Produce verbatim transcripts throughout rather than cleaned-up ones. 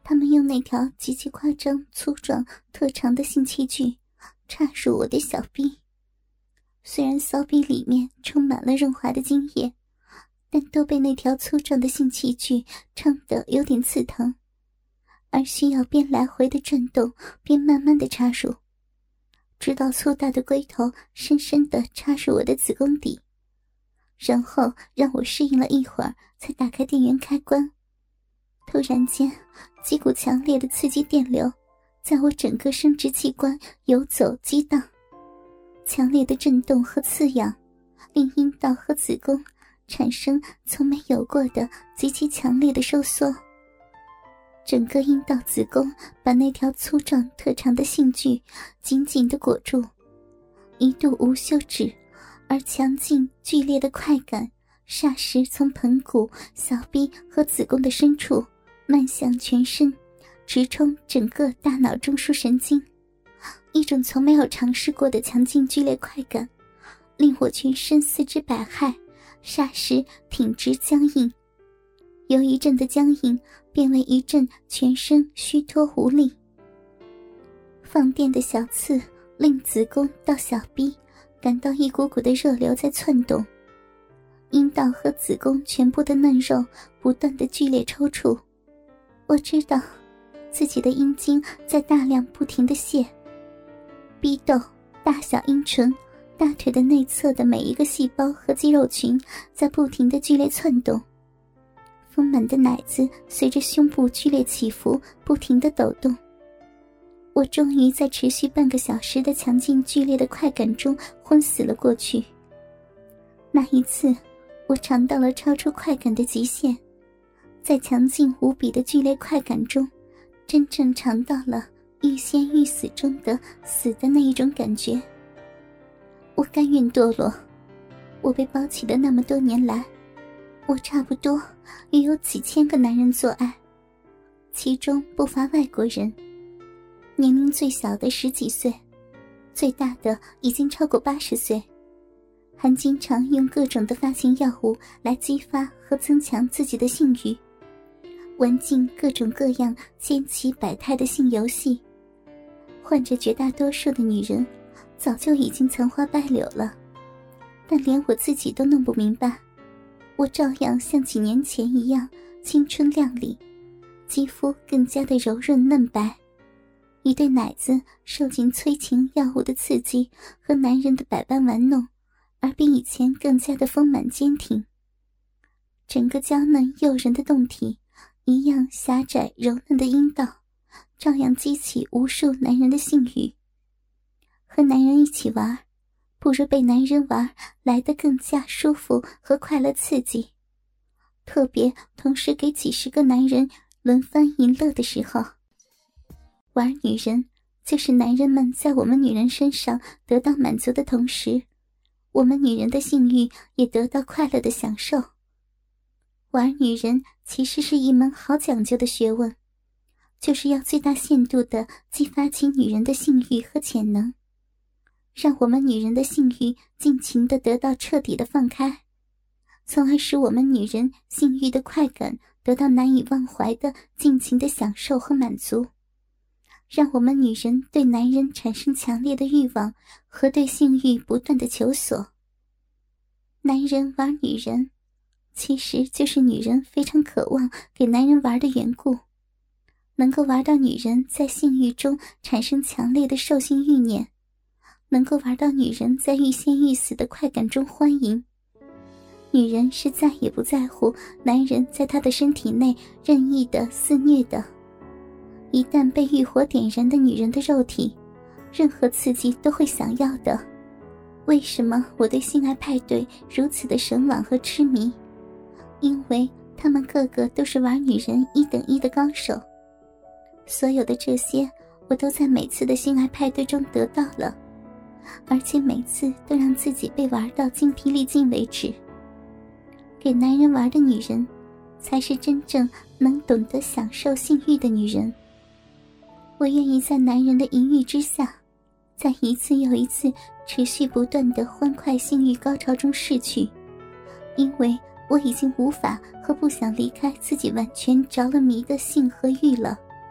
他们用那条极其夸张、粗壮、特长的性器具插入我的小臂。虽然骚逼里面充满了润滑的精液，但都被那条粗壮的性器具撑得有点刺疼，而需要边来回的转动，边慢慢的插入，直到粗大的龟头深深地插入我的子宫底，然后让我适应了一会儿，才打开电源开关。突然间，几股强烈的刺激电流在我整个生殖器官游走激荡，强烈的震动和刺痒令阴道和子宫产生从没有过的极其强烈的收缩。整个阴道子宫把那条粗壮特长的性具紧紧地裹住，一度无休止而强劲剧烈的快感霎时从盆骨、小臂和子宫的深处漫向全身，直冲整个大脑中枢神经。一种从没有尝试过的强劲剧烈快感令我全身四肢百骸霎时挺直僵硬，由一阵的僵硬变为一阵全身虚脱无力。放电的小刺令子宫到小臂感到一股股的热流在窜动，阴道和子宫全部的嫩肉不断的剧烈抽搐。我知道自己的阴茎在大量不停的泄，逼斗、大小阴唇、大腿的内侧的每一个细胞和肌肉群在不停的剧烈窜动，丰满的奶子随着胸部剧烈起伏不停的抖动。我终于在持续半个小时的强劲剧烈的快感中昏死了过去。那一次我尝到了超出快感的极限，在强劲无比的剧烈快感中真正尝到了欲仙欲死中的死的那一种感觉。我甘愿堕落，我被包起的那么多年来，我差不多也有几千个男人做爱，其中不乏外国人，年龄最小的十几岁，最大的已经超过八十岁，还经常用各种的发情药物来激发和增强自己的性欲，玩尽各种各样千奇百态的性游戏。患者绝大多数的女人早就已经残花败柳了，但连我自己都弄不明白，我照样像几年前一样青春靓丽，肌肤更加的柔润嫩白，一对奶子受尽催情药物的刺激和男人的百般玩弄，而比以前更加的丰满坚挺。整个娇嫩诱人的胴体，一样狭窄柔嫩的阴道，照样激起无数男人的性欲。和男人一起玩，不如被男人玩来得更加舒服和快乐刺激。特别同时给几十个男人轮番淫乐的时候，玩女人就是男人们在我们女人身上得到满足的同时，我们女人的性欲也得到快乐的享受。玩女人其实是一门好讲究的学问，就是要最大限度地激发起女人的性欲和潜能，让我们女人的性欲尽情地得到彻底的放开，从而使我们女人性欲的快感得到难以忘怀的尽情的享受和满足，让我们女人对男人产生强烈的欲望和对性欲不断的求索。男人玩女人，其实就是女人非常渴望给男人玩的缘故，能够玩到女人在性欲中产生强烈的兽性欲念，能够玩到女人在欲仙欲死的快感中欢迎。女人是再也不在乎男人在她的身体内任意的肆虐的，一旦被欲火点燃的女人的肉体，任何刺激都会想要的。为什么我对性爱派对如此的神往和痴迷？因为他们个个都是玩女人一等一的高手。所有的这些我都在每次的性爱派对中得到了，而且每次都让自己被玩到精疲力尽为止。给男人玩的女人才是真正能懂得享受性欲的女人。我愿意在男人的淫欲之下，在一次又一次持续不断的欢快性欲高潮中逝去，因为我已经无法和不想离开自己完全着了迷的性和欲了。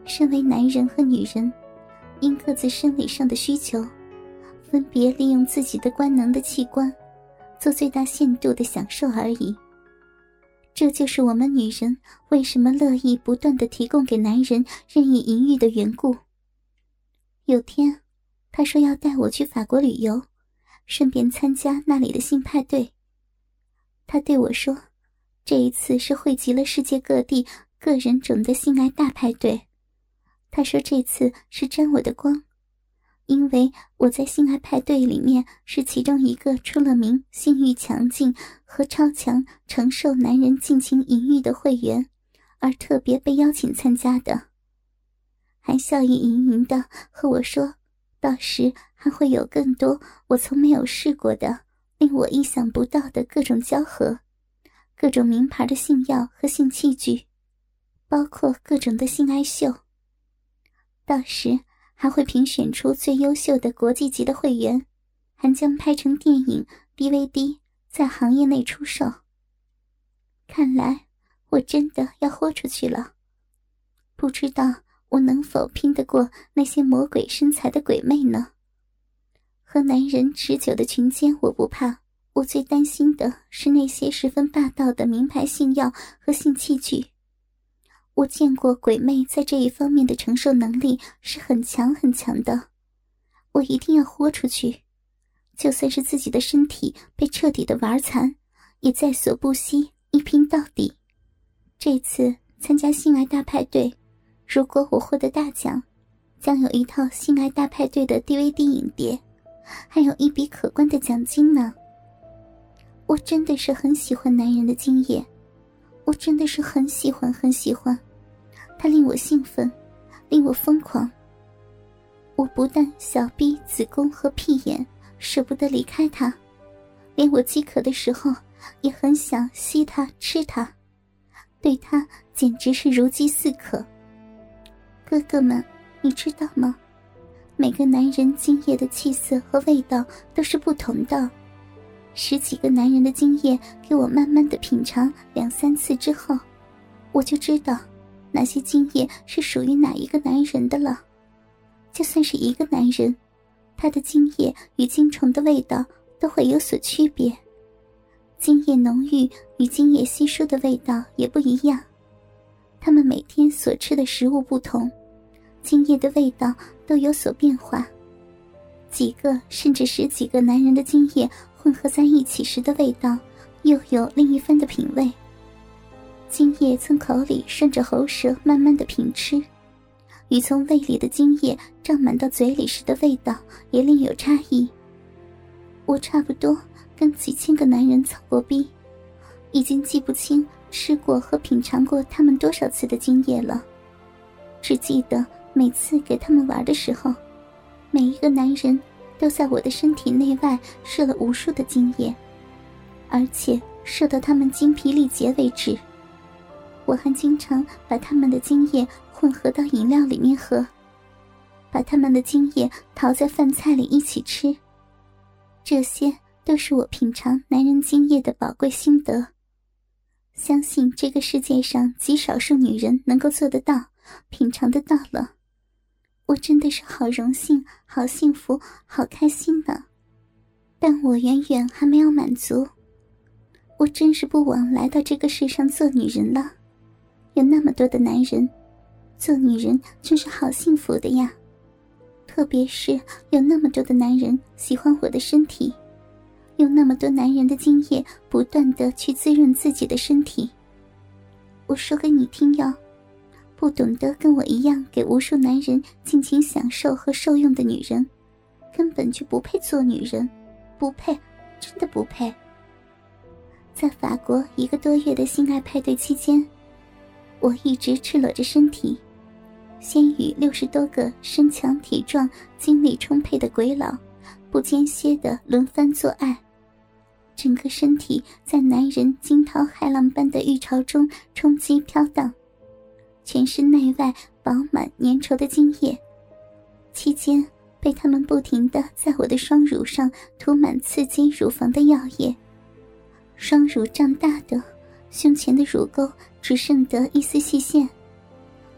身为男人和女人，因各自生理上的需求，分别利用自己的官能的器官，做最大限度的享受而已。这就是我们女人为什么乐意不断地提供给男人任意淫欲的缘故。有天，他说要带我去法国旅游，顺便参加那里的性派对。他对我说，这一次是汇集了世界各地各人种的性爱大派对。他说这次是沾我的光，因为我在性爱派对里面是其中一个出了名性欲强劲和超强承受男人尽情淫欲的会员，而特别被邀请参加的。还笑意盈盈的和我说，到时还会有更多我从没有试过的令我意想不到的各种交合，各种名牌的性药和性器具，包括各种的性爱秀。到时还会评选出最优秀的国际级的会员，还将拍成电影 D V D 在行业内出售。看来我真的要豁出去了，不知道我能否拼得过那些魔鬼身材的鬼魅呢？和男人持久的群奸我不怕，我最担心的是那些十分霸道的名牌性药和性器具。我见过鬼魅在这一方面的承受能力是很强很强的，我一定要豁出去，就算是自己的身体被彻底的玩残，也在所不惜，一拼到底。这次参加性爱大派对，如果我获得大奖，将有一套性爱大派对的 D V D 影碟，还有一笔可观的奖金呢。我真的是很喜欢男人的精液，我真的是很喜欢很喜欢，它令我兴奋，令我疯狂。我不但小臂、子宫和屁眼舍不得离开它，连我饥渴的时候也很想吸它吃它，对它简直是如饥似渴。哥哥们，你知道吗？每个男人精液的气色和味道都是不同的。十几个男人的精液给我慢慢的品尝两三次之后，我就知道哪些精液是属于哪一个男人的了。就算是一个男人，他的精液与精虫的味道都会有所区别，精液浓郁与精液稀疏的味道也不一样。他们每天所吃的食物不同，精液的味道都有所变化。几个甚至十几个男人的精液混合在一起时的味道又有另一番的品味。精液从口里顺着喉舌慢慢的品吃，与从胃里的精液胀满到嘴里时的味道也另有差异。我差不多跟几千个男人操过逼，已经记不清吃过和品尝过他们多少次的精液了，只记得每次给他们玩的时候，每一个男人都在我的身体内外射了无数的精液，而且射到他们精疲力竭为止。我还经常把他们的精液混合到饮料里面喝，把他们的精液淘在饭菜里一起吃。这些都是我品尝男人精液的宝贵心得，相信这个世界上极少数女人能够做得到，品尝得到了。我真的是好荣幸，好幸福，好开心呢。但我远远还没有满足，我真是不枉来到这个世上做女人了。有那么多的男人，做女人真是好幸福的呀。特别是有那么多的男人喜欢我的身体，有那么多男人的精液不断地去滋润自己的身体。我说给你听哟，不懂得跟我一样给无数男人尽情享受和受用的女人，根本就不配做女人，不配，真的不配。在法国一个多月的性爱派对期间，我一直赤裸着身体，先与六十多个身强体壮、精力充沛的鬼佬不间歇地轮番做爱，整个身体在男人惊涛骇浪般的浴潮中冲击飘荡，全身内外饱满粘稠的精液，期间被他们不停地在我的双乳上涂满刺激乳房的药液，双乳胀大的，胸前的乳沟只剩得一丝细线，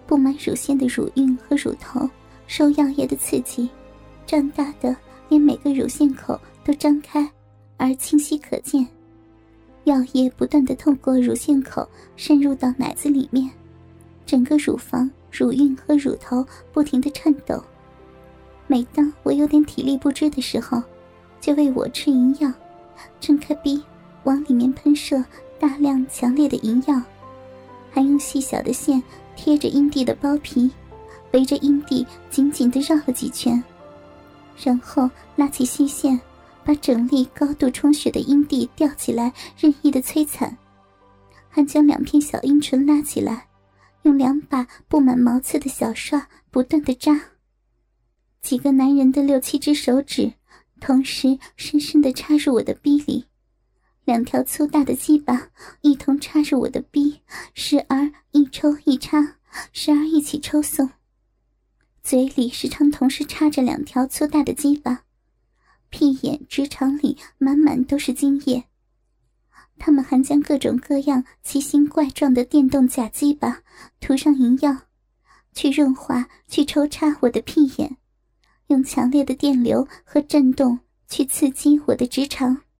布满乳腺的乳晕和乳头受药液的刺激，胀大的连每个乳腺口都张开而清晰可见。药液不断地透过乳腺口渗入到奶子里面，整个乳房、乳晕和乳头不停地颤抖。每当我有点体力不支的时候，就喂我吃银药，睁开逼往里面喷射大量强烈的银药，还用细小的线贴着阴蒂的包皮，围着阴蒂紧紧地绕了几圈，然后拉起细线，把整粒高度充血的阴蒂吊起来任意的摧残，还将两片小阴唇拉起来，用两把布满毛刺的小刷不断地扎。几个男人的六七只手指同时深深地插入我的逼里，两条粗大的鸡巴一同插入我的逼，时而一抽一插，时而一起抽送。嘴里时常同时插着两条粗大的鸡巴，屁眼直肠里满满都是精液。他们还将各种各样奇形怪状的电动假鸡巴涂上银药，去润滑，去抽插我的屁眼，用强烈的电流和震动去刺激我的直肠。